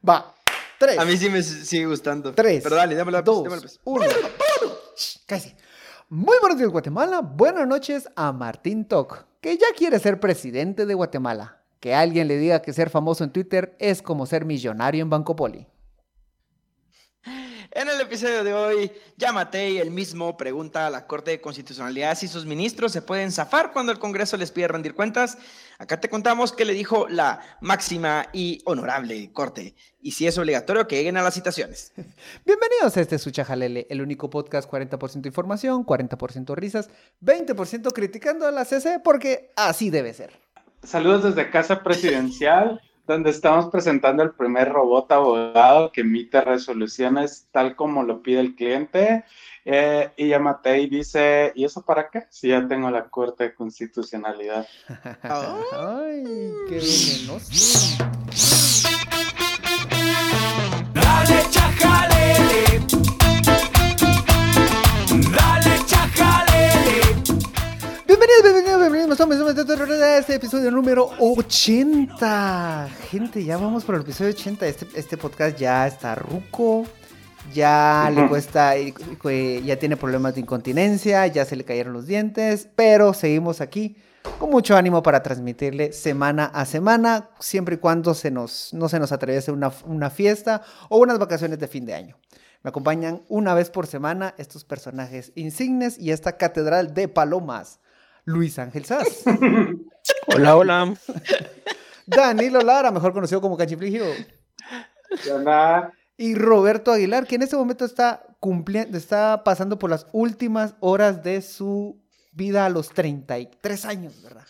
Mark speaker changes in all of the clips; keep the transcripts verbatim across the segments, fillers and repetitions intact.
Speaker 1: Va. Tres.
Speaker 2: A mí sí me sigue gustando.
Speaker 1: Tres.
Speaker 2: Pero dale, démosle
Speaker 1: dos,
Speaker 2: démosle pues.
Speaker 1: uno. Shh, casi. Muy buenos días, Guatemala. Buenas noches a Martín Toc, que ya quiere ser presidente de Guatemala. Que alguien le diga que ser famoso en Twitter es como ser millonario en Banco Poli.
Speaker 2: En el episodio de hoy, Yamatei, el mismo, pregunta a la Corte de Constitucionalidad si sus ministros se pueden zafar cuando el Congreso les pide rendir cuentas. Acá te contamos qué le dijo la máxima y honorable Corte y si es obligatorio que lleguen a las citaciones.
Speaker 1: Bienvenidos a este Suchajalele, el único podcast cuarenta por ciento información, cuarenta por ciento risas, veinte por ciento criticando a la C C porque así debe ser.
Speaker 3: Saludos desde Casa Presidencial, donde estamos presentando el primer robot abogado que emite resoluciones tal como lo pide el cliente. Eh, y Yamatei dice, ¿y eso para qué? Si ya tengo la Corte de Constitucionalidad.
Speaker 1: Ay, qué venenoso.
Speaker 4: Dale chajalele, dale chajalele.
Speaker 1: Bienvenidos, bienvenidos, bienvenidos. Estamos en este episodio número ochenta. Gente, ya vamos por el episodio ochenta. Este, este podcast ya está ruco. Ya le cuesta, ya tiene problemas de incontinencia, ya se le cayeron los dientes, pero seguimos aquí con mucho ánimo para transmitirle semana a semana, siempre y cuando se nos, no se nos atraviese una, una fiesta o unas vacaciones de fin de año. Me acompañan una vez por semana estos personajes insignes y esta catedral de palomas. Luis Ángel Sass.
Speaker 5: Hola, hola.
Speaker 1: Danilo Lara, mejor conocido como Cachifligio.
Speaker 3: Hola.
Speaker 1: Y Roberto Aguilar, que en este momento está cumpliendo, está pasando por las últimas horas de su vida a los treinta y tres años, ¿verdad?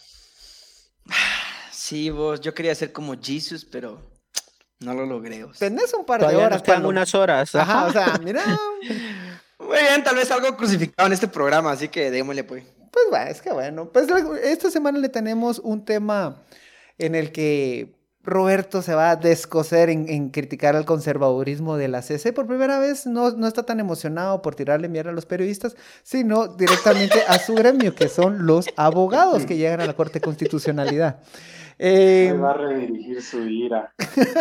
Speaker 2: Sí, vos, yo quería ser como Jesus, pero no lo logré. O sea.
Speaker 1: Tenés un par
Speaker 5: Todavía
Speaker 1: de horas.
Speaker 5: nos quedan
Speaker 1: cuando...
Speaker 5: unas horas.
Speaker 1: Ajá, o sea, mira.
Speaker 2: Muy bien, tal vez algo crucificado en este programa, así que démosle pues.
Speaker 1: Pues bueno, es que bueno. Pues esta semana le tenemos un tema en el que Roberto se va a descoser en, en criticar al conservadurismo de la C C. Por primera vez no, no está tan emocionado por tirarle mierda a los periodistas, sino directamente a su gremio, que son los abogados que llegan a la Corte de Constitucionalidad.
Speaker 3: Eh, va a redirigir su ira.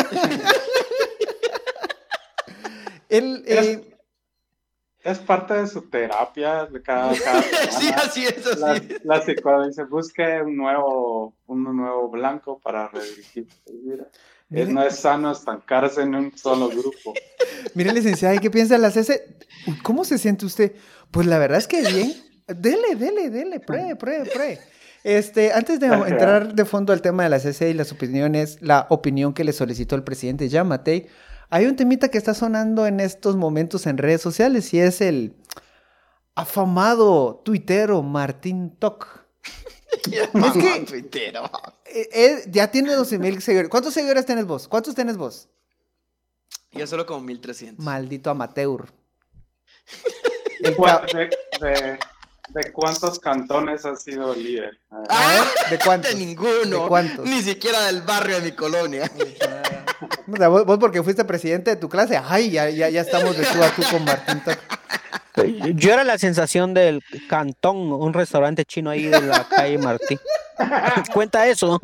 Speaker 1: Él, eh,
Speaker 3: es, es parte de su terapia de cada, cada
Speaker 2: sí, así es, así
Speaker 3: la,
Speaker 2: es.
Speaker 3: la psicóloga dice, busque un nuevo, un nuevo blanco para redirigir su ira. Mire, no es sano estancarse en un solo grupo.
Speaker 1: Mire, licenciada, ¿y qué piensa de la C C? ¿Cómo se siente usted? Pues la verdad es que bien. Dele, dele, dele, pruebe, pruebe, pruebe. Este, antes de entrar de fondo al tema de la C C y las opiniones, la opinión que le solicitó el presidente Yamatei, hay un temita que está sonando en estos momentos en redes sociales y es el afamado tuitero Martín Toc.
Speaker 2: Es que tuitero.
Speaker 1: Eh, eh, ya tiene doce mil seguidores. ¿Cuántos seguidores tienes vos? ¿Cuántos tienes vos?
Speaker 2: Yo solo como mil trescientos.
Speaker 1: Maldito amateur.
Speaker 3: El ca- de, de, ¿De cuántos cantones has sido líder?
Speaker 1: A ver. A ver, ¿de cuántos?
Speaker 2: De ninguno.
Speaker 1: ¿De cuántos?
Speaker 2: Ni siquiera del barrio de mi colonia.
Speaker 1: O sea, vos, vos porque fuiste presidente de tu clase, ay, ya, ya, ya estamos de tú a tú con Martín Toc.
Speaker 5: Yo era la sensación del Cantón, un restaurante chino ahí de la calle Martí. Cuenta eso.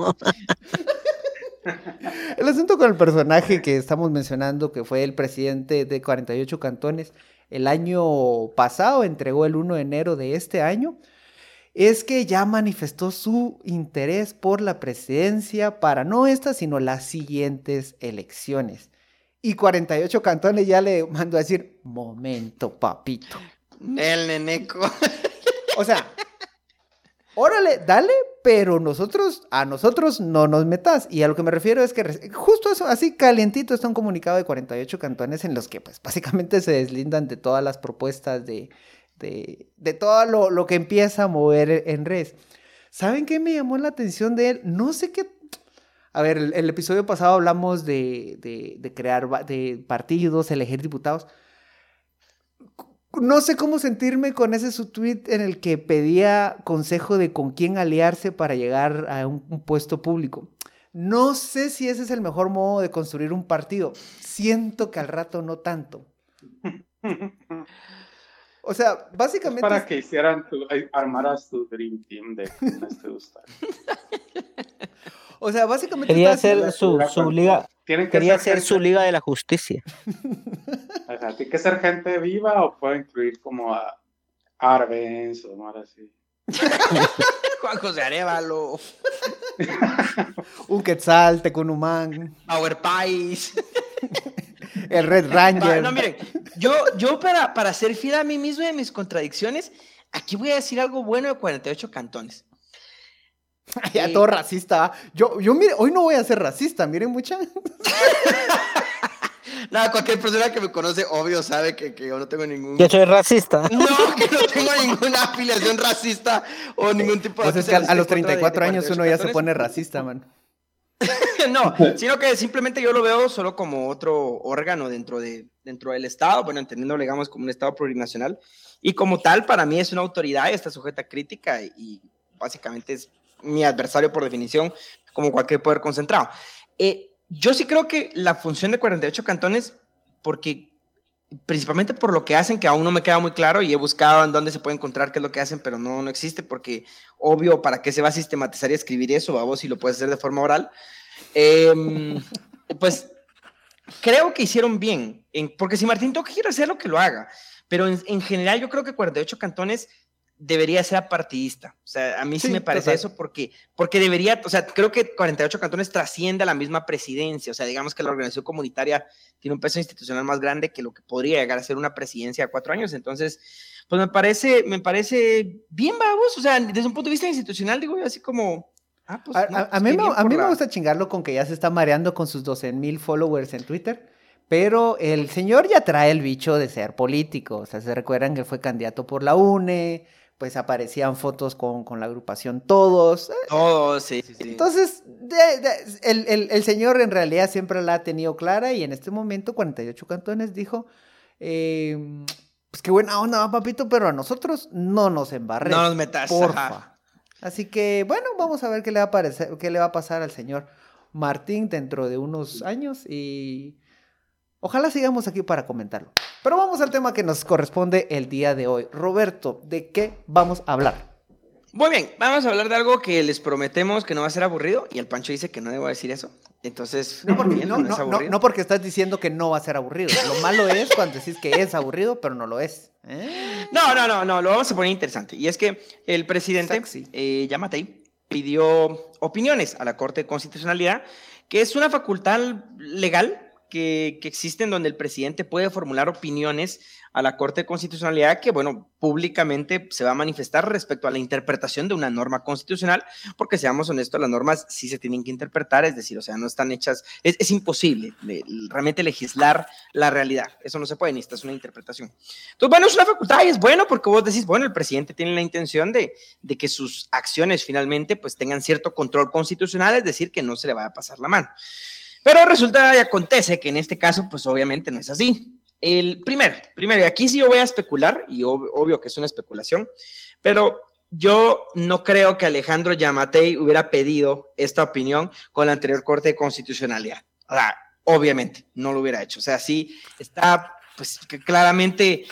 Speaker 1: El asunto con el personaje que estamos mencionando, que fue el presidente de cuarenta y ocho cantones, el año pasado, entregó el primero de enero de este año, es que ya manifestó su interés por la presidencia para no estas, sino las siguientes elecciones. Y cuarenta y ocho cantones ya le mandó a decir, momento, papito.
Speaker 2: El neneco.
Speaker 1: O sea, órale, dale, pero nosotros, a nosotros no nos metas. Y a lo que me refiero es que justo eso, así calientito está un comunicado de cuarenta y ocho cantones en los que pues básicamente se deslindan de todas las propuestas de, de, de todo lo, lo que empieza a mover en redes. ¿Saben qué me llamó la atención de él? No sé qué... A ver, el, el episodio pasado hablamos de, de, de crear de partidos, elegir diputados. No sé cómo sentirme con ese su tweet en el que pedía consejo de con quién aliarse para llegar a un, un puesto público. No sé si ese es el mejor modo de construir un partido. Siento que al rato no tanto. O sea, básicamente...
Speaker 3: Es para que hicieran tu, armaras tu Dream Team de quienes te gustan.
Speaker 1: O sea, básicamente...
Speaker 5: Quería hacer su, su liga,
Speaker 3: tienen que
Speaker 5: Quería
Speaker 3: ser
Speaker 5: ser su
Speaker 3: gente-
Speaker 5: Liga de la Justicia.
Speaker 3: Ajá, tiene que ser gente viva o puede incluir como a Arbenz o más así.
Speaker 2: Juan José Arevalo,
Speaker 1: Un Quetzal, Tecunumán,
Speaker 2: Power Pies.
Speaker 1: el Red
Speaker 2: Va,
Speaker 1: Ranger.
Speaker 2: no, miren, yo, yo para, para ser fiel a mí mismo y a mis contradicciones, aquí voy a decir algo bueno de cuarenta y ocho cantones.
Speaker 1: Ya
Speaker 2: eh,
Speaker 1: todo racista. ¿va? Yo, yo, mire, hoy no voy a ser racista, miren mucha.
Speaker 2: Nada, cualquier persona que me conoce, obvio, sabe que, que yo no tengo ningún...
Speaker 5: Yo soy racista.
Speaker 2: No, que no tengo ninguna afiliación racista o ningún tipo de...
Speaker 1: Pues es que a, a los
Speaker 2: afiliación en
Speaker 1: treinta y cuatro
Speaker 2: contra de- de
Speaker 1: años uno
Speaker 2: cuarenta y
Speaker 1: ya
Speaker 2: ocho
Speaker 1: se pone
Speaker 2: cantones.
Speaker 1: racista, man.
Speaker 2: No, sino que simplemente yo lo veo solo como otro órgano dentro, de, dentro del Estado, bueno, entendiendo, digamos, como un Estado plurinacional, y como tal, para mí es una autoridad y está sujeta a crítica, y, y básicamente es mi adversario por definición, como cualquier poder concentrado. Eh, yo sí creo que la función de cuarenta y ocho cantones, porque principalmente por lo que hacen, que aún no me queda muy claro, y he buscado en dónde se puede encontrar qué es lo que hacen, pero no, no existe, porque obvio, ¿para qué se va a sistematizar y escribir eso, babos, si lo puedes hacer de forma oral? Eh, pues creo que hicieron bien, en, porque si Martín Toca quiere hacerlo, que lo haga, pero en, en general yo creo que cuarenta y ocho cantones debería ser apartidista, o sea, a mí sí,
Speaker 1: Sí,
Speaker 2: me parece
Speaker 1: total.
Speaker 2: eso, porque, porque debería, o sea, creo que cuarenta y ocho cantones trasciende a la misma presidencia, o sea, digamos que la organización comunitaria tiene un peso institucional más grande que lo que podría llegar a ser una presidencia a cuatro años, entonces, pues me parece, me parece bien, babos, o sea, desde un punto de vista institucional, digo yo así como... Ah, pues,
Speaker 1: A,
Speaker 2: no,
Speaker 1: a-
Speaker 2: pues,
Speaker 1: a mí,
Speaker 2: qué
Speaker 1: me,
Speaker 2: bien
Speaker 1: a
Speaker 2: por
Speaker 1: mí me
Speaker 2: la-
Speaker 1: gusta chingarlo con que ya se está mareando con sus doce mil followers en Twitter, pero el señor ya trae el bicho de ser político, o sea, se recuerdan que fue candidato por la U N E, pues aparecían fotos con, con la agrupación Todos, eh,
Speaker 2: Todo, sí, sí, sí.
Speaker 1: entonces de- de- el, el- el señor en realidad siempre la ha tenido clara y en este momento cuarenta y ocho cantones dijo, eh, pues qué buena onda, va, papito, pero a nosotros no nos embarres,
Speaker 2: No nos metas,
Speaker 1: porfa.
Speaker 2: ajá.
Speaker 1: Así que, bueno, vamos a ver qué le va a parecer, qué le va a pasar al señor Martín dentro de unos años y ojalá sigamos aquí para comentarlo. Pero vamos al tema que nos corresponde el día de hoy. Roberto, ¿de qué vamos a hablar?
Speaker 2: Muy bien, vamos a hablar de algo que les prometemos que no va a ser aburrido y el Pancho dice que no debo decir eso. Entonces,
Speaker 1: No porque,
Speaker 2: bien,
Speaker 1: no,
Speaker 2: es
Speaker 1: no, no,
Speaker 2: aburrido.
Speaker 1: no porque estás diciendo que no va a ser aburrido. Lo malo es cuando decís que es aburrido, pero no lo es. ¿Eh?
Speaker 2: No, no, no, no, lo vamos a poner interesante. Y es que el presidente,
Speaker 1: Sexy.
Speaker 2: eh, Yamatei, pidió opiniones a la Corte de Constitucionalidad, que es una facultad legal que, que existe en donde el presidente puede formular opiniones a la Corte de Constitucionalidad que, bueno, públicamente se va a manifestar respecto a la interpretación de una norma constitucional, porque seamos honestos, las normas sí se tienen que interpretar, es decir, o sea, no están hechas, es, es imposible le, realmente legislar la realidad, eso no se puede, necesitas una interpretación. Entonces, bueno, es una facultad y es bueno porque vos decís, bueno, el presidente tiene la intención de, de que sus acciones finalmente pues tengan cierto control constitucional, es decir, que no se le vaya a pasar la mano. Pero resulta y acontece que en este caso, pues obviamente no es así. El primero, primero, y aquí sí yo voy a especular, y ob obvio que es una especulación, pero yo no creo que Alejandro Yamatei hubiera pedido esta opinión con la anterior Corte de Constitucionalidad. O sea, obviamente, no lo hubiera hecho. O sea, sí está, pues, que claramente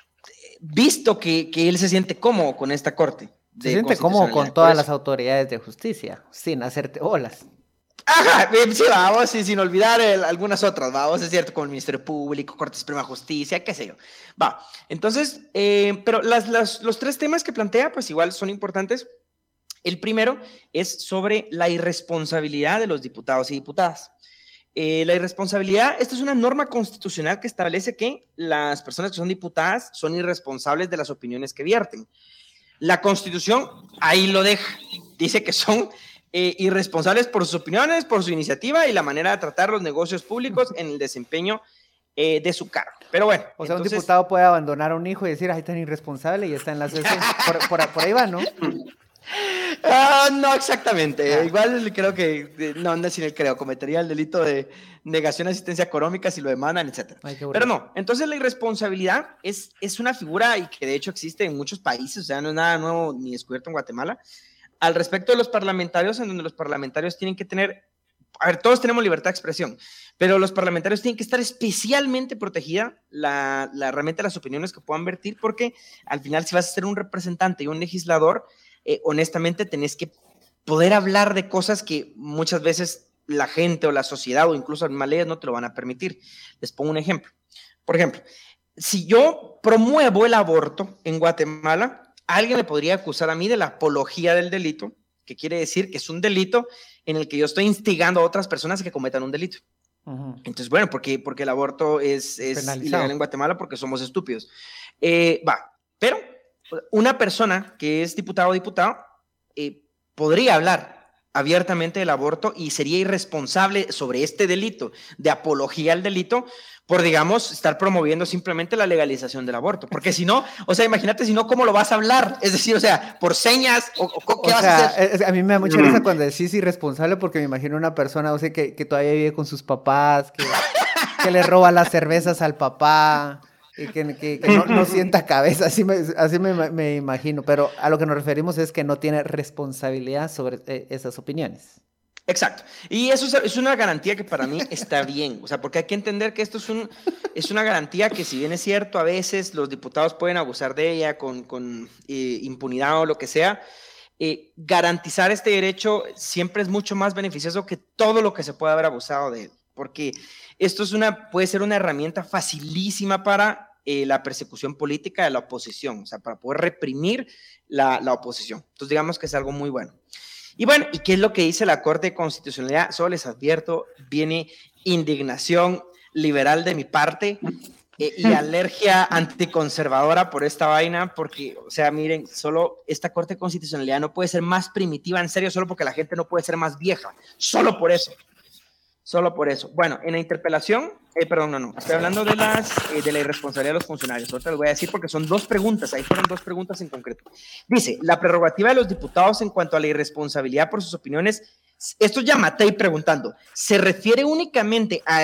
Speaker 2: visto que, que él se siente cómodo con esta Corte.
Speaker 1: Se siente cómodo con todas las autoridades de justicia, sin hacerte olas.
Speaker 2: Ajá, sí, vamos, y sin olvidar el, algunas otras, vamos, es cierto, como el Ministerio Público, Corte Suprema de Justicia, qué sé yo. Va, entonces, eh, pero las, las, los tres temas que plantea, pues igual son importantes. El primero es sobre la irresponsabilidad de los diputados y diputadas. Eh, la irresponsabilidad, esta es una norma constitucional que establece que las personas que son diputadas son irresponsables de las opiniones que vierten. La Constitución ahí lo deja, dice que son Eh, irresponsables por sus opiniones, por su iniciativa y la manera de tratar los negocios públicos en el desempeño eh, de su cargo. Pero bueno.
Speaker 1: O sea,
Speaker 2: entonces...
Speaker 1: un diputado puede abandonar a un hijo y decir, ay, tan irresponsable y está en la sesión. Por, por, por ahí va, ¿no?
Speaker 2: Ah, no exactamente.
Speaker 1: Ah.
Speaker 2: Igual creo que, no, no es sin el creo, cometería el delito de negación de asistencia económica si lo demandan, etcétera.
Speaker 1: Ay, qué
Speaker 2: Pero
Speaker 1: aburrido.
Speaker 2: no, entonces la irresponsabilidad es, es una figura y que de hecho existe en muchos países, o sea, no es nada nuevo ni descubierto en Guatemala. Al respecto de los parlamentarios, en donde los parlamentarios tienen que tener, a ver, todos tenemos libertad de expresión, pero los parlamentarios tienen que estar especialmente protegida la, la realmente las opiniones que puedan vertir, porque al final si vas a ser un representante y un legislador, eh, honestamente tenés que poder hablar de cosas que muchas veces la gente o la sociedad o incluso las mismas leyes no te lo van a permitir. Les pongo un ejemplo. Por ejemplo, si yo promuevo el aborto en Guatemala, alguien me podría acusar a mí de la apología del delito, que quiere decir que es un delito en el que yo estoy instigando a otras personas a que cometan un delito. Uh-huh. Entonces, bueno, porque, porque el aborto es, es ilegal en Guatemala porque somos estúpidos. Eh, va, pero una persona que es diputado o diputado eh, podría hablar abiertamente del aborto y sería irresponsable sobre este delito de apología al delito por, digamos, estar promoviendo simplemente la legalización del aborto. Porque si no, o sea, imagínate si no, ¿cómo lo vas a hablar? Es decir, o sea, por señas, o, o ¿qué
Speaker 1: o
Speaker 2: vas
Speaker 1: sea,
Speaker 2: a hacer?
Speaker 1: Es, a mí me da mucha risa cuando decís irresponsable porque me imagino una persona, o sea, que, que todavía vive con sus papás, que, que le roba las cervezas al papá, y que, que, que no, no sienta cabeza, así, me, así me, me imagino. Pero a lo que nos referimos es que no tiene responsabilidad sobre eh, esas opiniones.
Speaker 2: Exacto. Y eso es, es una garantía que para mí está bien. O sea, porque hay que entender que esto es, un, es una garantía que, si bien es cierto, a veces los diputados pueden abusar de ella con, con eh, impunidad o lo que sea, eh, garantizar este derecho siempre es mucho más beneficioso que todo lo que se pueda haber abusado de él. Porque esto es una, puede ser una herramienta facilísima para eh, la persecución política de la oposición, o sea, para poder reprimir la, la oposición. Entonces, digamos que es algo muy bueno. Y bueno, ¿y qué es lo que dice la Corte de Constitucionalidad? Solo les advierto, viene indignación liberal de mi parte eh, y alergia anticonservadora por esta vaina, porque, o sea, miren, solo esta Corte de Constitucionalidad no puede ser más primitiva, en serio, solo porque la gente no puede ser más vieja, solo por eso. Solo por eso. Bueno, en la interpelación, eh, perdón, no, no, estoy hablando de, las, eh, de la irresponsabilidad de los funcionarios. Ahorita les voy a decir porque son dos preguntas, ahí fueron dos preguntas en concreto. Dice, la prerrogativa de los diputados en cuanto a la irresponsabilidad por sus opiniones, esto ya Matei preguntando, ¿se refiere únicamente a,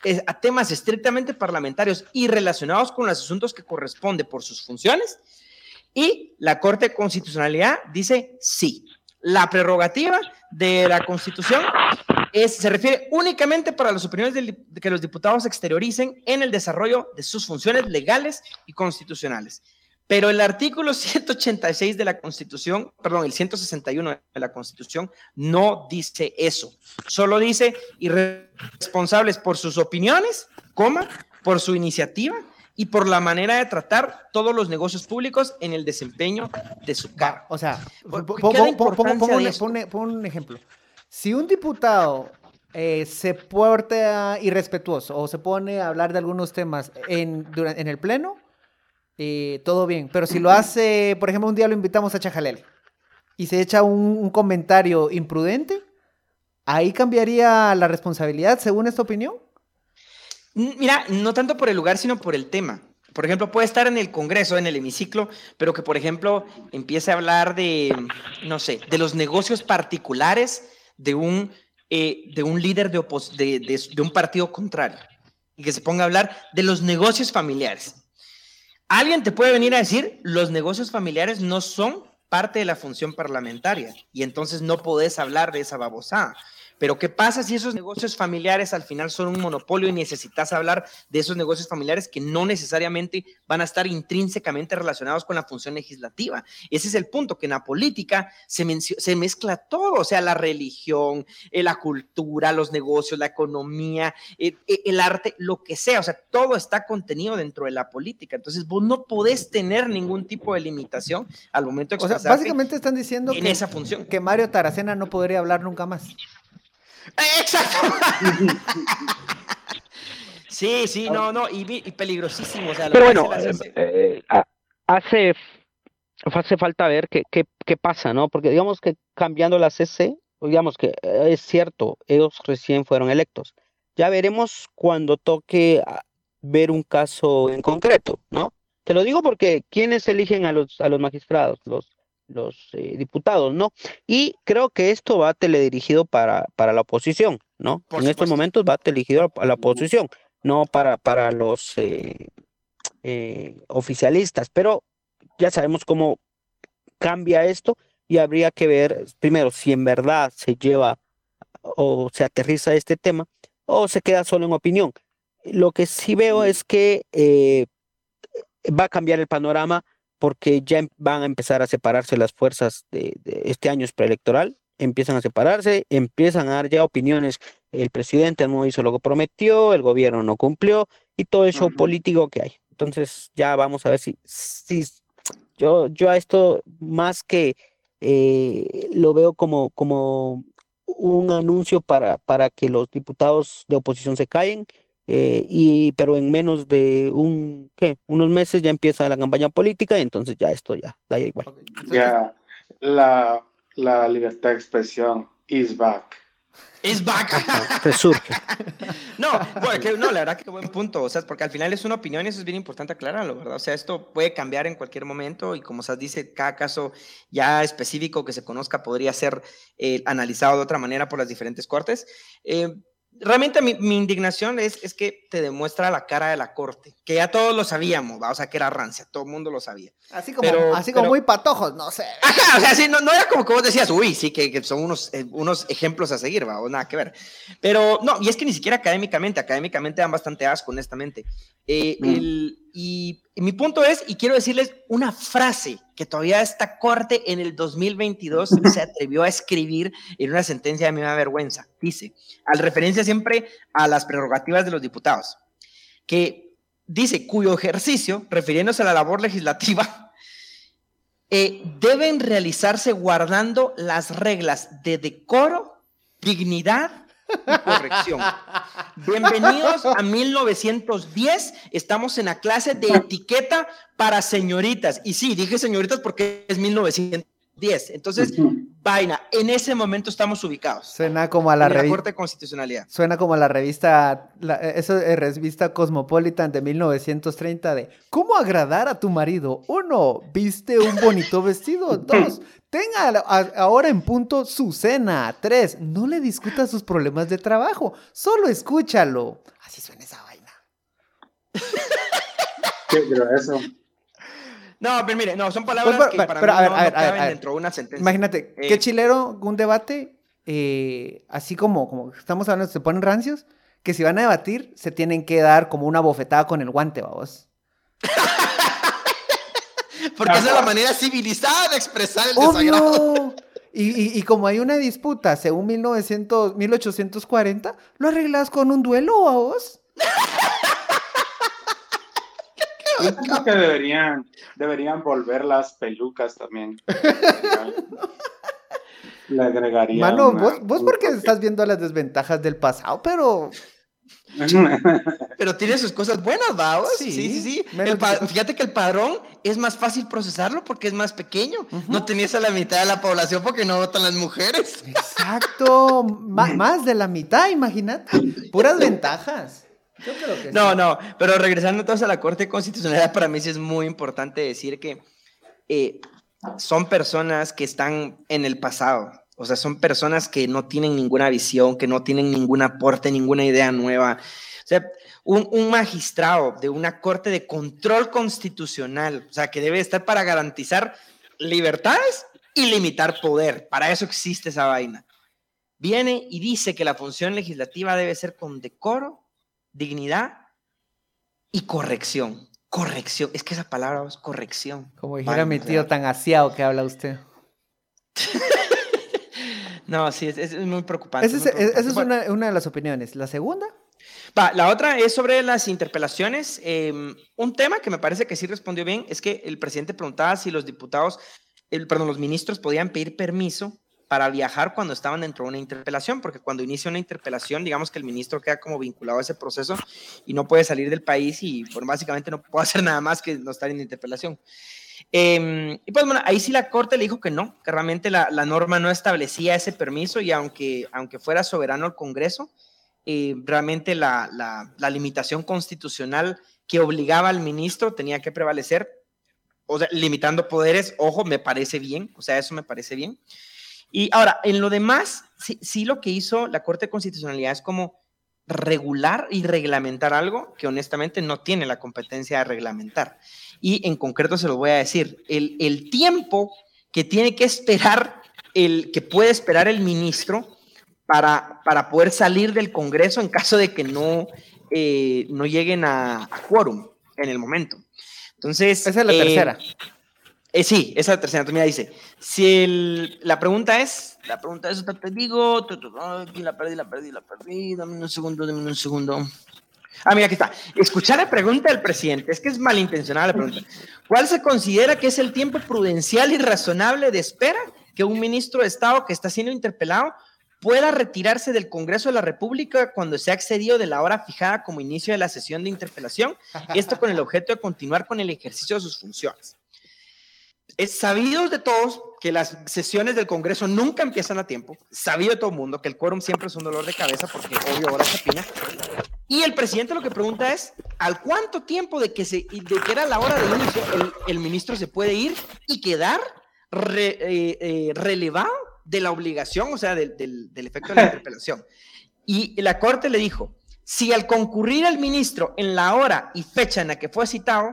Speaker 2: a temas estrictamente parlamentarios y relacionados con los asuntos que corresponde por sus funciones? Y la Corte de Constitucionalidad dice sí. La prerrogativa de la Constitución es, se refiere únicamente para las opiniones de, de que los diputados exterioricen en el desarrollo de sus funciones legales y constitucionales. Pero el artículo ciento ochenta y seis de la Constitución, perdón, el ciento sesenta y uno de la Constitución no dice eso. Solo dice irresponsables por sus opiniones, coma, por su iniciativa y por la manera de tratar todos los negocios públicos en el desempeño de su cargo.
Speaker 1: O sea, pon un ejemplo. Si un diputado eh, se porta irrespetuoso o se pone a hablar de algunos temas en, durante, en el pleno, eh, todo bien. Pero si lo hace, por ejemplo, un día lo invitamos a Chajalele y se echa un, un comentario imprudente, ¿ahí cambiaría la responsabilidad según esta opinión?
Speaker 2: Mira, no tanto por el lugar, sino por el tema. Por ejemplo, puede estar en el Congreso, en el hemiciclo, pero que, por ejemplo, empiece a hablar de, no sé, de los negocios particulares de un, eh, de un líder de, opos de, de, de un partido contrario y que se ponga a hablar de los negocios familiares. Alguien te puede venir a decir, los negocios familiares no son parte de la función parlamentaria y entonces no podés hablar de esa babosada. Pero ¿qué pasa si esos negocios familiares al final son un monopolio y necesitas hablar de esos negocios familiares que no necesariamente van a estar intrínsecamente relacionados con la función legislativa? Ese es el punto, que en la política se, se mezcla todo, o sea, la religión, eh, la cultura, los negocios, la economía, eh, eh, el arte, lo que sea, o sea, todo está contenido dentro de la política. Entonces vos no podés tener ningún tipo de limitación al momento de expresarte.
Speaker 1: O sea, básicamente están diciendo
Speaker 2: en
Speaker 1: que,
Speaker 2: esa función.
Speaker 1: que Mario Taracena no podría hablar nunca más.
Speaker 2: Exacto. Sí, sí, no, no, y, y peligrosísimo. O sea,
Speaker 5: pero bueno, eh, hace, hace falta ver qué, qué, qué pasa, ¿no? Porque digamos que cambiando la C C, digamos que es cierto, ellos recién fueron electos. Ya veremos cuando toque ver un caso en concreto, ¿no? Te lo digo porque ¿quiénes eligen a los, a los magistrados? Los los eh, diputados, ¿no? Y creo que esto va teledirigido para, para la oposición, ¿no?
Speaker 2: Por
Speaker 5: en
Speaker 2: supuesto.
Speaker 5: estos momentos va dirigido a la oposición, no para, para los eh, eh, oficialistas, pero ya sabemos cómo cambia esto y habría que ver, primero, si en verdad se lleva o se aterriza este tema o se queda solo en opinión. Lo que sí veo es que eh, va a cambiar el panorama porque ya van a empezar a separarse las fuerzas de, de este año es preelectoral, empiezan a separarse, empiezan a dar ya opiniones. El presidente no hizo lo que prometió, el gobierno no cumplió y todo el show
Speaker 3: Ujú.
Speaker 5: político que hay. Entonces ya vamos a ver si, si yo, yo a esto más que eh, lo veo como, como un anuncio para, para que los diputados de oposición se callen, eh, y, pero en menos de un, ¿qué? Unos meses ya empieza la campaña política y entonces ya esto ya da igual.
Speaker 1: Ok, entonces,
Speaker 3: Ya, la, la libertad de expresión is back.
Speaker 2: Es back.
Speaker 5: Ajá, resurge.
Speaker 2: No, bueno, que- no, la verdad que buen punto, o sea, porque al final es una opinión y eso es bien importante aclararlo, ¿verdad? O sea, esto puede cambiar en cualquier momento y como se dice, cada caso ya específico que se conozca podría ser eh, analizado de otra manera por las diferentes cortes. Eh, realmente mi, mi indignación es, es que te demuestra la cara de la corte, que ya todos lo sabíamos, ¿va? O sea, que era rancia, todo el mundo lo sabía.
Speaker 1: así como,
Speaker 2: Pero-
Speaker 1: así como
Speaker 2: pero-
Speaker 1: muy patojos, no sé.
Speaker 2: Ajá, o sea, sí, no, no era como que vos decías, uy, sí, que, que son unos, eh, unos ejemplos a seguir, va, o nada que ver. Pero no, y es que ni siquiera académicamente, académicamente dan bastante asco, honestamente. Eh,
Speaker 3: Mm.
Speaker 2: el- y, y mi punto es, y quiero decirles una frase que todavía esta corte en el dos mil veintidós se atrevió a escribir en una sentencia de mi vergüenza. Dice, al referencia siempre a las prerrogativas de los diputados, que dice, cuyo ejercicio, refiriéndose a la labor legislativa, eh, deben realizarse guardando las reglas de decoro, dignidad y corrección. Bienvenidos a mil novecientos diez, estamos en la clase de etiqueta para señoritas. Y sí, dije señoritas porque es mil novecientos diez. Entonces, vaina, en ese momento estamos ubicados.
Speaker 1: Suena como a la
Speaker 2: en la
Speaker 1: revista.
Speaker 2: Corte de Constitucionalidad.
Speaker 1: Suena como la revista, la, eso es revista Cosmopolitan de mil novecientos treinta de ¿cómo agradar a tu marido? Uno, ¿viste un bonito vestido? Dos, tenga a- a- ahora en punto su cena. Tres, no le discuta sus problemas de trabajo, solo escúchalo. Así suena esa vaina.
Speaker 3: Qué grueso.
Speaker 2: No, pero mire, no, son palabras
Speaker 1: Pues, pero-
Speaker 2: que
Speaker 1: pero-
Speaker 2: para
Speaker 1: pero,
Speaker 2: mí
Speaker 1: a ver,
Speaker 2: no,
Speaker 1: a ver,
Speaker 2: no
Speaker 1: a ver,
Speaker 2: caben
Speaker 1: a ver.
Speaker 2: dentro de una sentencia.
Speaker 1: Imagínate,
Speaker 2: Eh,
Speaker 1: qué chilero un debate, eh, así como, como estamos hablando, se ponen rancios, que si van a debatir, se tienen que dar como una bofetada con el guante, vamos.
Speaker 2: Porque esa es la manera civilizada de expresar el desagrado.
Speaker 1: ¡Obvio! Y, y, y como hay una disputa según mil novecientos, mil ochocientos cuarenta, lo arreglas con un duelo, ¿a vos?
Speaker 3: Yo creo que deberían, deberían volver las pelucas también. Le agregaría.
Speaker 1: Mano,
Speaker 3: una-
Speaker 1: vos, vos
Speaker 3: un
Speaker 1: porque
Speaker 3: toque.
Speaker 1: estás viendo las desventajas del pasado, pero
Speaker 2: Pero tiene sus cosas buenas, vamos.
Speaker 1: Sí,
Speaker 2: Sí, sí, sí.
Speaker 1: menos
Speaker 2: El pa-
Speaker 1: que-
Speaker 2: Fíjate que el padrón es más fácil procesarlo porque es más pequeño. No tenías a la mitad de la población porque no votan las mujeres.
Speaker 1: exacto, ma- más de la mitad, imagínate, puras ventajas. Yo creo que
Speaker 2: No,
Speaker 1: sí.
Speaker 2: no, pero regresando todos a la Corte Constitucional, para mí sí es muy importante decir que eh, son personas que están en el pasado. O sea, son personas que no tienen ninguna visión, que no tienen ningún aporte, ninguna idea nueva. O sea, un, un magistrado de una corte de control constitucional, o sea, que debe estar para garantizar libertades y limitar poder. Para eso existe esa vaina. Viene y dice que la función legislativa debe ser con decoro, dignidad y corrección. Corrección. Es que esa palabra es corrección.
Speaker 1: Como dijera
Speaker 2: Vaina,
Speaker 1: mi
Speaker 2: o
Speaker 1: tío
Speaker 2: sea,
Speaker 1: tan aseado que habla usted.
Speaker 2: No, sí, es, es muy preocupante.
Speaker 1: Esa
Speaker 2: es
Speaker 1: es,
Speaker 2: muy preocupante.
Speaker 1: esa es
Speaker 2: Bueno,
Speaker 1: una, una de las opiniones. La segunda,
Speaker 2: va, la otra es sobre las interpelaciones. Eh, un tema que me parece que sí respondió bien es que el presidente preguntaba si los diputados, el, perdón, los ministros podían pedir permiso para viajar cuando estaban dentro de una interpelación, porque cuando inicia una interpelación, digamos que el ministro queda como vinculado a ese proceso y no puede salir del país y bueno, básicamente no puede hacer nada más que no estar en interpelación. Eh, y pues bueno, ahí sí la Corte le dijo que no, que realmente la, la norma no establecía ese permiso y aunque, aunque fuera soberano el Congreso, eh, realmente la, la, la limitación constitucional que obligaba al ministro tenía que prevalecer, o sea, limitando poderes, ojo, me parece bien, o sea, eso me parece bien. Y ahora, en lo demás, sí, sí lo que hizo la Corte de Constitucionalidad es como regular y reglamentar algo que honestamente no tiene la competencia de reglamentar. Y en concreto se lo voy a decir, el, el tiempo que tiene que esperar, el que puede esperar el ministro para, para poder salir del Congreso en caso de que no, eh, no lleguen a, a quórum en el momento. Entonces,
Speaker 1: esa es la
Speaker 2: eh,
Speaker 1: tercera.
Speaker 2: Eh, sí, esa tercera mira, dice, si el, la pregunta es, la pregunta es, te digo, tu, tu, aquí la perdí, la perdí, la perdí, dame un segundo, dame un segundo. Ah, mira, aquí está. Escuchar la pregunta del presidente, es que es malintencionada la pregunta. ¿Cuál se considera que es el tiempo prudencial y razonable de espera que un ministro de Estado que está siendo interpelado pueda retirarse del Congreso de la República cuando se ha excedido de la hora fijada como inicio de la sesión de interpelación? Esto con el objeto de continuar con el ejercicio de sus funciones. Es sabido de todos que las sesiones del Congreso nunca empiezan a tiempo, sabido de todo el mundo que el quórum siempre es un dolor de cabeza porque obvio ahora se opina. Y el presidente lo que pregunta es, ¿al cuánto tiempo de que, se, de que era la hora de inicio el, el ministro se puede ir y quedar re, eh, eh, relevado de la obligación, o sea, del, del, del efecto de la interpelación? Y la Corte le dijo, si al concurrir el ministro en la hora y fecha en la que fue citado,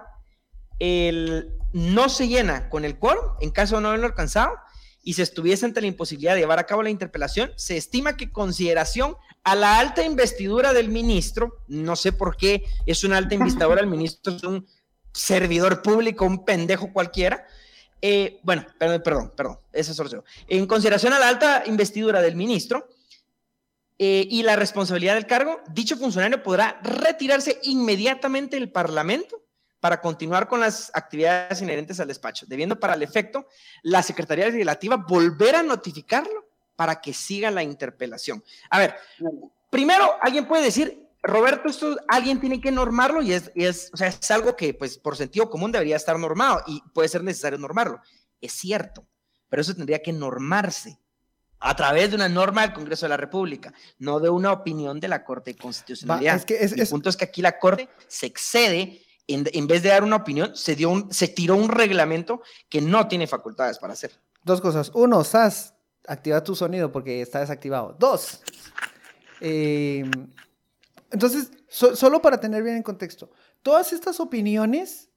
Speaker 2: el, no se llena con el quórum, en caso de no haberlo alcanzado, y se estuviese ante la imposibilidad de llevar a cabo la interpelación, se estima que consideración a la alta investidura del ministro, no sé por qué es una alta investidura, el ministro es un servidor público, un pendejo cualquiera, eh, bueno, perdón, perdón, perdón, eso es otro. En consideración a la alta investidura del ministro eh, y la responsabilidad del cargo, dicho funcionario podrá retirarse inmediatamente del Parlamento para continuar con las actividades inherentes al despacho, debiendo para el efecto la Secretaría Legislativa volver a notificarlo para que siga la interpelación. A ver, primero alguien puede decir, Roberto, esto alguien tiene que normarlo y es, y es, o sea, es algo que pues por sentido común debería estar normado y puede ser necesario normarlo. Es cierto, pero eso tendría que normarse a través de una norma del Congreso de la República, no de una opinión de la Corte de Constitucionalidad.
Speaker 1: Va, es que es,
Speaker 2: El
Speaker 1: es...
Speaker 2: punto es que aquí la Corte se excede. En, en vez de dar una opinión, se, dio un, se tiró un reglamento que no tiene facultades para hacer.
Speaker 1: Dos cosas. Uno, Sas, activa tu sonido porque está desactivado. Dos, eh, entonces, so, solo para tener bien en contexto, todas estas opiniones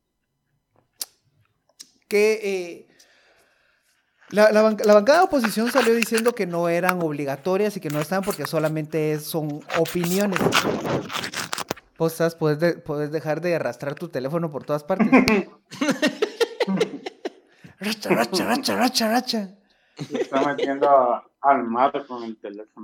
Speaker 1: que eh, la, la, la bancada de oposición salió diciendo que no eran obligatorias y que no estaban porque solamente son opiniones. Vos estás, puedes, de, puedes dejar de arrastrar tu teléfono por todas partes. Racha, racha, racha, racha, racha.
Speaker 3: Se está metiendo al mar con el teléfono.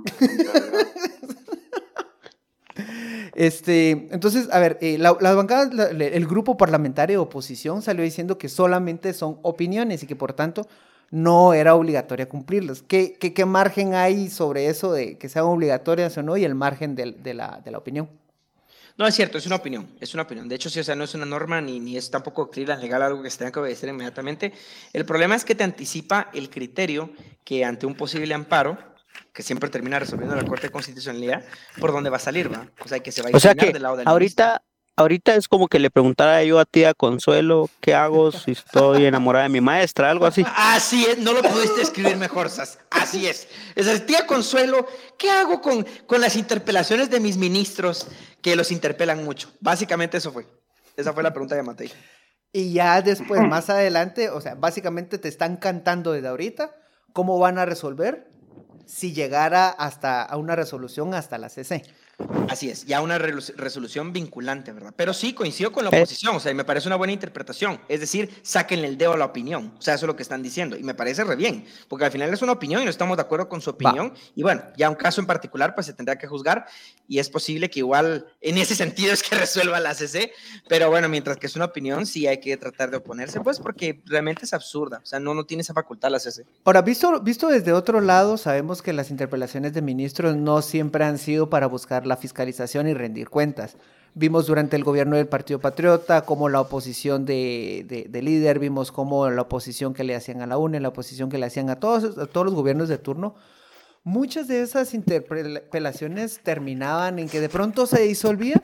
Speaker 1: Este, entonces, a ver, eh, la, la bancada, la, el grupo parlamentario de oposición salió diciendo que solamente son opiniones y que por tanto no era obligatoria cumplirlas. ¿Qué, qué, qué margen hay sobre eso de que sean obligatorias o no y el margen de, de, la, de la opinión?
Speaker 2: No, es cierto, es una opinión, es una opinión. De hecho, sí, o sea, no es una norma ni, ni es tampoco doctrina legal algo que se tenga que obedecer inmediatamente. El problema es que te anticipa el criterio que ante un posible amparo, que siempre termina resolviendo la Corte de Constitucionalidad, por dónde va a salir, ¿va? O sea, que se va a
Speaker 5: O sea
Speaker 2: inclinar
Speaker 5: que
Speaker 2: del lado del
Speaker 5: ahorita,
Speaker 2: ministro.
Speaker 5: ahorita es como que le preguntara yo a tía Consuelo, ¿qué hago si estoy enamorada de mi maestra? Algo así.
Speaker 2: Así es, no lo pudiste escribir mejor, Sas. Así es. Es el tía Consuelo, ¿qué hago con, con las interpelaciones de mis ministros que los interpelan mucho? Básicamente eso fue. Esa fue la pregunta de Matei.
Speaker 1: Y ya después, más adelante, o sea, básicamente te están cantando desde ahorita cómo van a resolver si llegara hasta a una resolución hasta la C C.
Speaker 2: Así es, ya una re- resolución vinculante, ¿verdad? Pero sí, coincido con la
Speaker 5: Eh.
Speaker 2: oposición, o sea, y me parece una buena interpretación. Es decir, sáquenle el dedo a la opinión, o sea, eso es lo que están diciendo, y me parece re bien, porque al final es una opinión y no estamos de acuerdo con su opinión, Va. Y bueno, ya un caso en particular, pues se tendrá que juzgar, y es posible que igual, en ese sentido es que resuelva la C C, pero bueno, mientras que es una opinión, sí hay que tratar de oponerse, pues, porque realmente es absurda, o sea, no, no tiene esa facultad la C C.
Speaker 1: Ahora, visto, visto desde otro lado, sabemos que las interpelaciones de ministros no siempre han sido para buscar la fiscalización y rendir cuentas. Vimos durante el gobierno del Partido Patriota cómo la oposición de, de, de líder, vimos cómo la oposición que le hacían a la U N E, la oposición que le hacían a todos, a todos los gobiernos de turno, muchas de esas interpelaciones terminaban en que de pronto se disolvía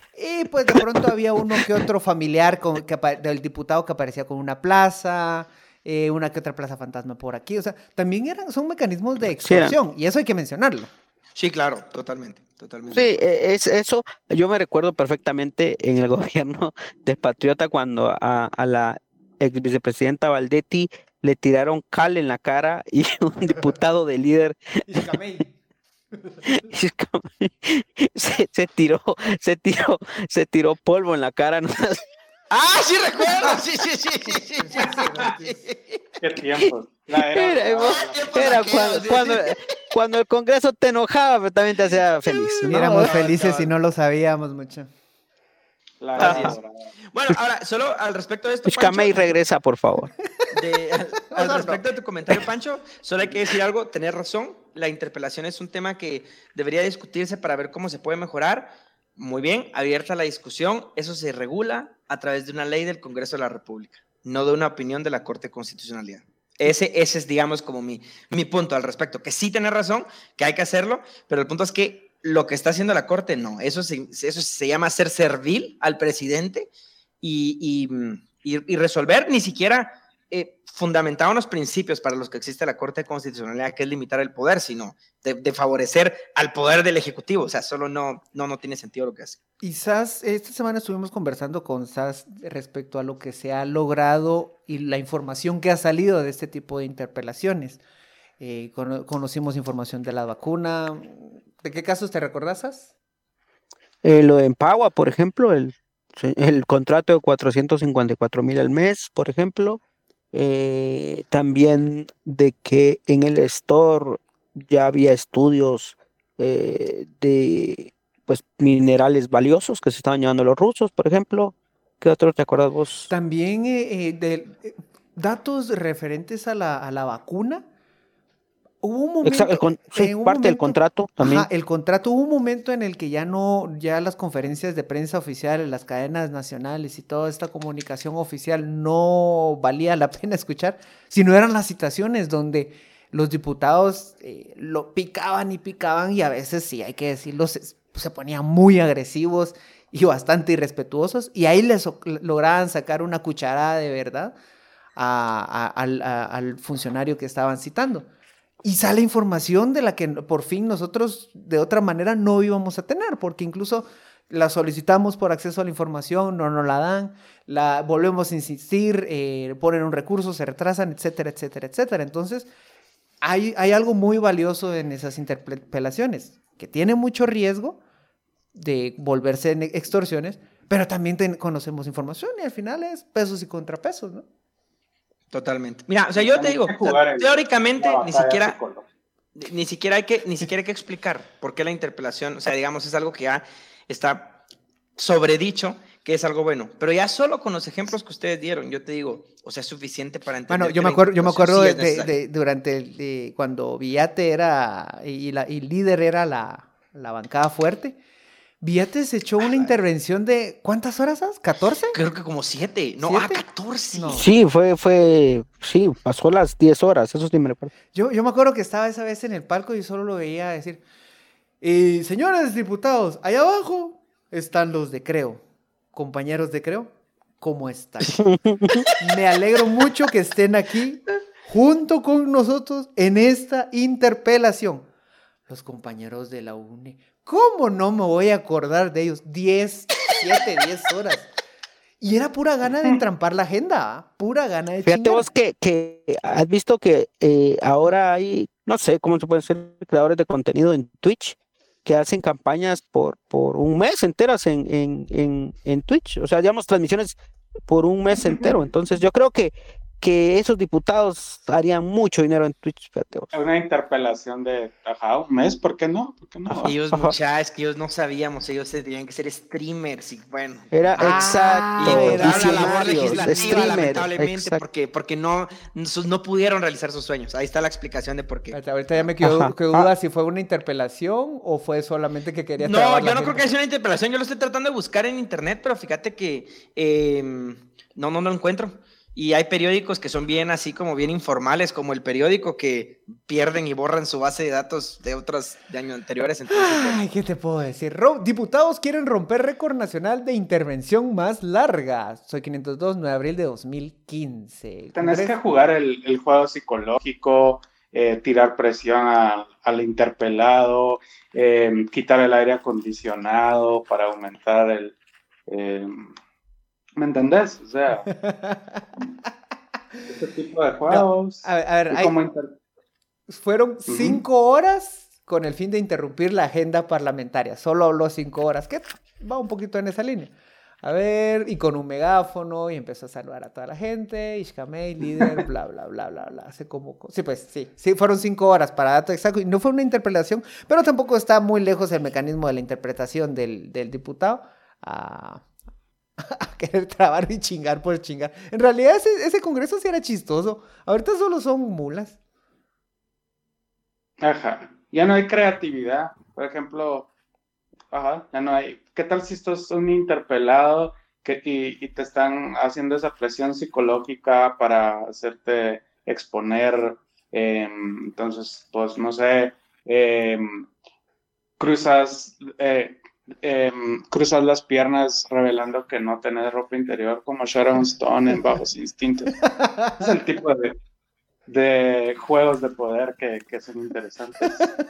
Speaker 1: y pues de pronto había uno que otro familiar con, que, del diputado que aparecía con una plaza, eh, una que otra plaza fantasma por aquí, o sea, también eran, son mecanismos de extorsión, sí, y eso hay que mencionarlo.
Speaker 2: Sí, claro, totalmente, totalmente.
Speaker 5: Sí, es eso. Yo me recuerdo perfectamente en el gobierno del Patriota cuando a, a la ex vicepresidenta Valdetti le tiraron cal en la cara y un diputado de líder se, se tiró, se tiró, se tiró polvo en la cara. ¿No?
Speaker 2: Ah, sí recuerdo. Sí, sí, sí, sí, sí, sí, sí, sí.
Speaker 3: Qué tiempos. La era,
Speaker 5: Era,
Speaker 3: dorada.
Speaker 5: era
Speaker 2: aquellos,
Speaker 5: cuando,
Speaker 2: sí,
Speaker 5: cuando,
Speaker 2: sí.
Speaker 5: cuando el Congreso te enojaba, pero también te hacía feliz, ¿no?
Speaker 1: Éramos
Speaker 2: Cabal,
Speaker 1: felices
Speaker 2: cabal.
Speaker 1: y no lo sabíamos mucho.
Speaker 3: La
Speaker 2: Así
Speaker 3: era
Speaker 2: es.
Speaker 3: dorada.
Speaker 2: Bueno, ahora, solo al respecto de esto, Pancho,
Speaker 5: Puchcamey regresa, por favor.
Speaker 2: de- al, al
Speaker 1: No, no,
Speaker 2: respecto de tu comentario, Pancho, solo hay que decir algo, tener razón, la interpelación es un tema que debería discutirse para ver cómo se puede mejorar. Muy bien, abierta la discusión, eso se regula a través de una ley del Congreso de la República, no de una opinión de la Corte de Constitucionalidad. Ese, ese es, digamos, como mi, mi punto al respecto, que sí tenés razón, que hay que hacerlo, pero el punto es que lo que está haciendo la Corte, no. Eso se, eso se llama ser servil al presidente y, y, y, y resolver ni siquiera eh, fundamentado en los principios para los que existe la Corte de Constitucionalidad, que es limitar el poder, sino de, de favorecer al poder del Ejecutivo. O sea, solo no, no, no tiene sentido lo que hace.
Speaker 1: Y Sas, esta semana estuvimos conversando con Sas respecto a lo que se ha logrado y la información que ha salido de este tipo de interpelaciones. Eh, cono- conocimos información de la vacuna. ¿De qué casos te recordás, Sas?
Speaker 5: Eh, lo de Empagua, por ejemplo, el, el contrato de cuatrocientos cincuenta y cuatro mil al mes, por ejemplo. Eh, también de que en el store ya había estudios eh, de pues minerales valiosos que se estaban llevando los rusos, por ejemplo. ¿Qué otro te acuerdas vos?
Speaker 1: También eh, eh, de, eh, datos referentes a la, a la vacuna. Hubo un
Speaker 5: Exa- el
Speaker 1: momento,
Speaker 5: con- sí,
Speaker 1: eh, un
Speaker 5: parte del
Speaker 1: momento-
Speaker 5: contrato también.
Speaker 1: Ajá, el contrato, hubo un momento en el que ya no, ya las conferencias de prensa oficiales, las cadenas nacionales y toda esta comunicación oficial no valía la pena escuchar, sino eran las citaciones donde los diputados eh, lo picaban y picaban y a veces, sí, hay que decirlo, se, se ponían muy agresivos y bastante irrespetuosos y ahí les o- lograban sacar una cucharada de verdad a- a- al, a- al funcionario que estaban citando. Y sale información de la que por fin nosotros de otra manera no íbamos a tener, porque incluso la solicitamos por acceso a la información, no nos la dan, la volvemos a insistir, eh, ponen un recurso, se retrasan, etcétera, etcétera, etcétera. Entonces, hay, hay algo muy valioso en esas interpelaciones, que tiene mucho riesgo de volverse en extorsiones, pero también ten- conocemos información y al final es pesos y contrapesos, ¿no?
Speaker 2: Totalmente. Mira, o sea, yo te digo,
Speaker 3: Hay que
Speaker 2: o sea,
Speaker 3: jugar en
Speaker 2: teóricamente
Speaker 3: una
Speaker 2: ni
Speaker 3: batalla
Speaker 2: siquiera,
Speaker 3: psicológica.
Speaker 2: ni siquiera hay que, ni siquiera hay que explicar por qué la interpelación, o sea, digamos, es algo que ya está sobredicho, que es algo bueno. Pero ya solo con los ejemplos que ustedes dieron, yo te digo, o sea, es suficiente para entender.
Speaker 1: Bueno, yo
Speaker 2: que
Speaker 1: me
Speaker 2: la
Speaker 1: acuerdo, yo me
Speaker 2: interpelación
Speaker 1: acuerdo
Speaker 2: sí
Speaker 1: de,
Speaker 2: es
Speaker 1: de-
Speaker 2: necesaria.
Speaker 1: de- durante el- de cuando Villate era y la y líder era la, la bancada fuerte. Villate se echó una intervención de ¿cuántas horas? ¿sabes? ¿catorce?
Speaker 2: Creo que como siete, no, ah,
Speaker 1: ¿Siete?
Speaker 2: catorce.
Speaker 1: No.
Speaker 5: Sí, fue, fue, sí, pasó las diez horas, eso sí me recuerdo.
Speaker 1: Yo, yo me acuerdo que estaba esa vez en el palco y solo lo veía decir, eh, señores diputados, allá abajo están los de Creo. Compañeros de Creo, ¿cómo están? Me alegro mucho que estén aquí junto con nosotros en esta interpelación. Los compañeros de la U N E, ¿cómo no me voy a acordar de ellos? diez, siete, diez horas. Y era pura gana de entrampar la agenda, ¿ah? Pura gana de
Speaker 5: Fíjate
Speaker 1: chingar.
Speaker 5: vos que, que has visto que eh, ahora hay, no sé cómo se pueden ser creadores de contenido en Twitch que hacen campañas por, por un mes enteras en, en, en, en Twitch. O sea, digamos, transmisiones por un mes entero. Entonces, yo creo que, que esos diputados harían mucho dinero en Twitch. Fíjate vos.
Speaker 3: Una interpelación de, ajá, un mes, ¿por qué no? ¿Por qué no?
Speaker 2: Ellos,
Speaker 5: Ajá.
Speaker 2: mucha, es que ellos no sabíamos, ellos se tenían que ser streamers y bueno.
Speaker 5: Era
Speaker 1: Ah,
Speaker 5: exacto.
Speaker 2: Limitar la labor
Speaker 5: visionarios,
Speaker 2: legislativa,
Speaker 5: streamer,
Speaker 2: lamentablemente,
Speaker 5: exacto.
Speaker 2: porque, porque no, no no pudieron realizar sus sueños. Ahí está la explicación de por qué.
Speaker 1: Hasta ahorita ya me quedó,
Speaker 5: Ajá.
Speaker 1: quedó duda si fue una interpelación o fue solamente que quería
Speaker 2: No,
Speaker 1: trabar
Speaker 2: yo
Speaker 1: la
Speaker 2: no creo que
Speaker 1: agenda.
Speaker 2: sea una interpelación, yo lo estoy tratando de buscar en internet, pero fíjate que eh, no, no lo encuentro. Y hay periódicos que son bien así como bien informales, como el periódico que pierden y borran su base de datos de otros de años anteriores. Entonces, pues,
Speaker 1: Ay, ¿qué te puedo decir? Ro- Diputados quieren romper récord nacional de intervención más larga. Soy quinientos dos, nueve de abril de dos mil quince.
Speaker 3: Tenés que
Speaker 1: Congreso-
Speaker 3: jugar el, el juego psicológico, eh, tirar presión a- al interpelado, eh, quitar el aire acondicionado para aumentar el... eh, ¿me entendés? O sea, ese tipo de juegos.
Speaker 1: A ver, a ver,
Speaker 3: y
Speaker 1: hay-
Speaker 3: como inter-
Speaker 1: fueron cinco horas con el fin de interrumpir la agenda parlamentaria. Solo habló cinco horas, que va un poquito en esa línea. A ver, y con un megáfono, y empezó a saludar a toda la gente, Ishkamei, líder, bla, bla, bla, bla, bla. Hace como... Sí, pues sí, sí, fueron cinco horas para dato exacto, y no fue una interpelación, pero tampoco está muy lejos el mecanismo de la interpretación del, del diputado a, a querer trabar y chingar por chingar. En realidad ese, ese congreso sí era chistoso, ahorita solo son mulas.
Speaker 3: Ajá, ya no hay creatividad, por ejemplo... Ajá, ya no hay. ¿Qué tal si estás un interpelado que, y, y te están haciendo esa presión psicológica para hacerte exponer? Eh, entonces, pues no sé, eh, cruzas, eh, eh, cruzas las piernas revelando que no tenés ropa interior como Sharon Stone en Bajos Instintos. Es el tipo de, de juegos de poder que, que son interesantes.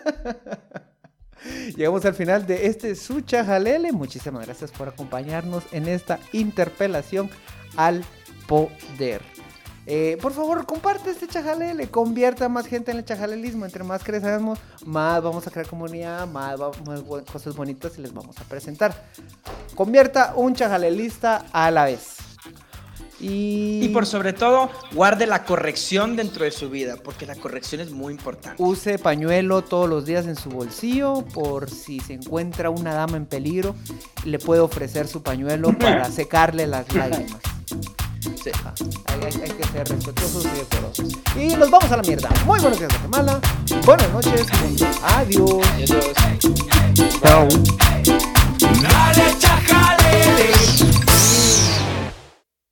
Speaker 1: Llegamos al final de este Sucha Jalele. Muchísimas gracias por acompañarnos en esta interpelación al poder. Eh, por favor, comparte este chajalele, convierta a más gente en el chajalelismo. Entre más crecemos, más vamos a crear comunidad, más, más cosas bonitas y les vamos a presentar. Convierta un chajalelista a la vez. Y...
Speaker 2: y por sobre todo, guarde la corrección dentro de su vida, porque la corrección es muy importante.
Speaker 1: Use pañuelo todos los días en su bolsillo, por si se encuentra una dama en peligro, le puede ofrecer su pañuelo para secarle las lágrimas. Sí. Ah, hay, hay, hay que ser respetuosos y decorosos. Y nos vamos a la mierda. Muy buenos días, Guatemala. Buenas noches. Adiós.
Speaker 2: Adiós.
Speaker 1: Chao.
Speaker 4: Dale, chajale.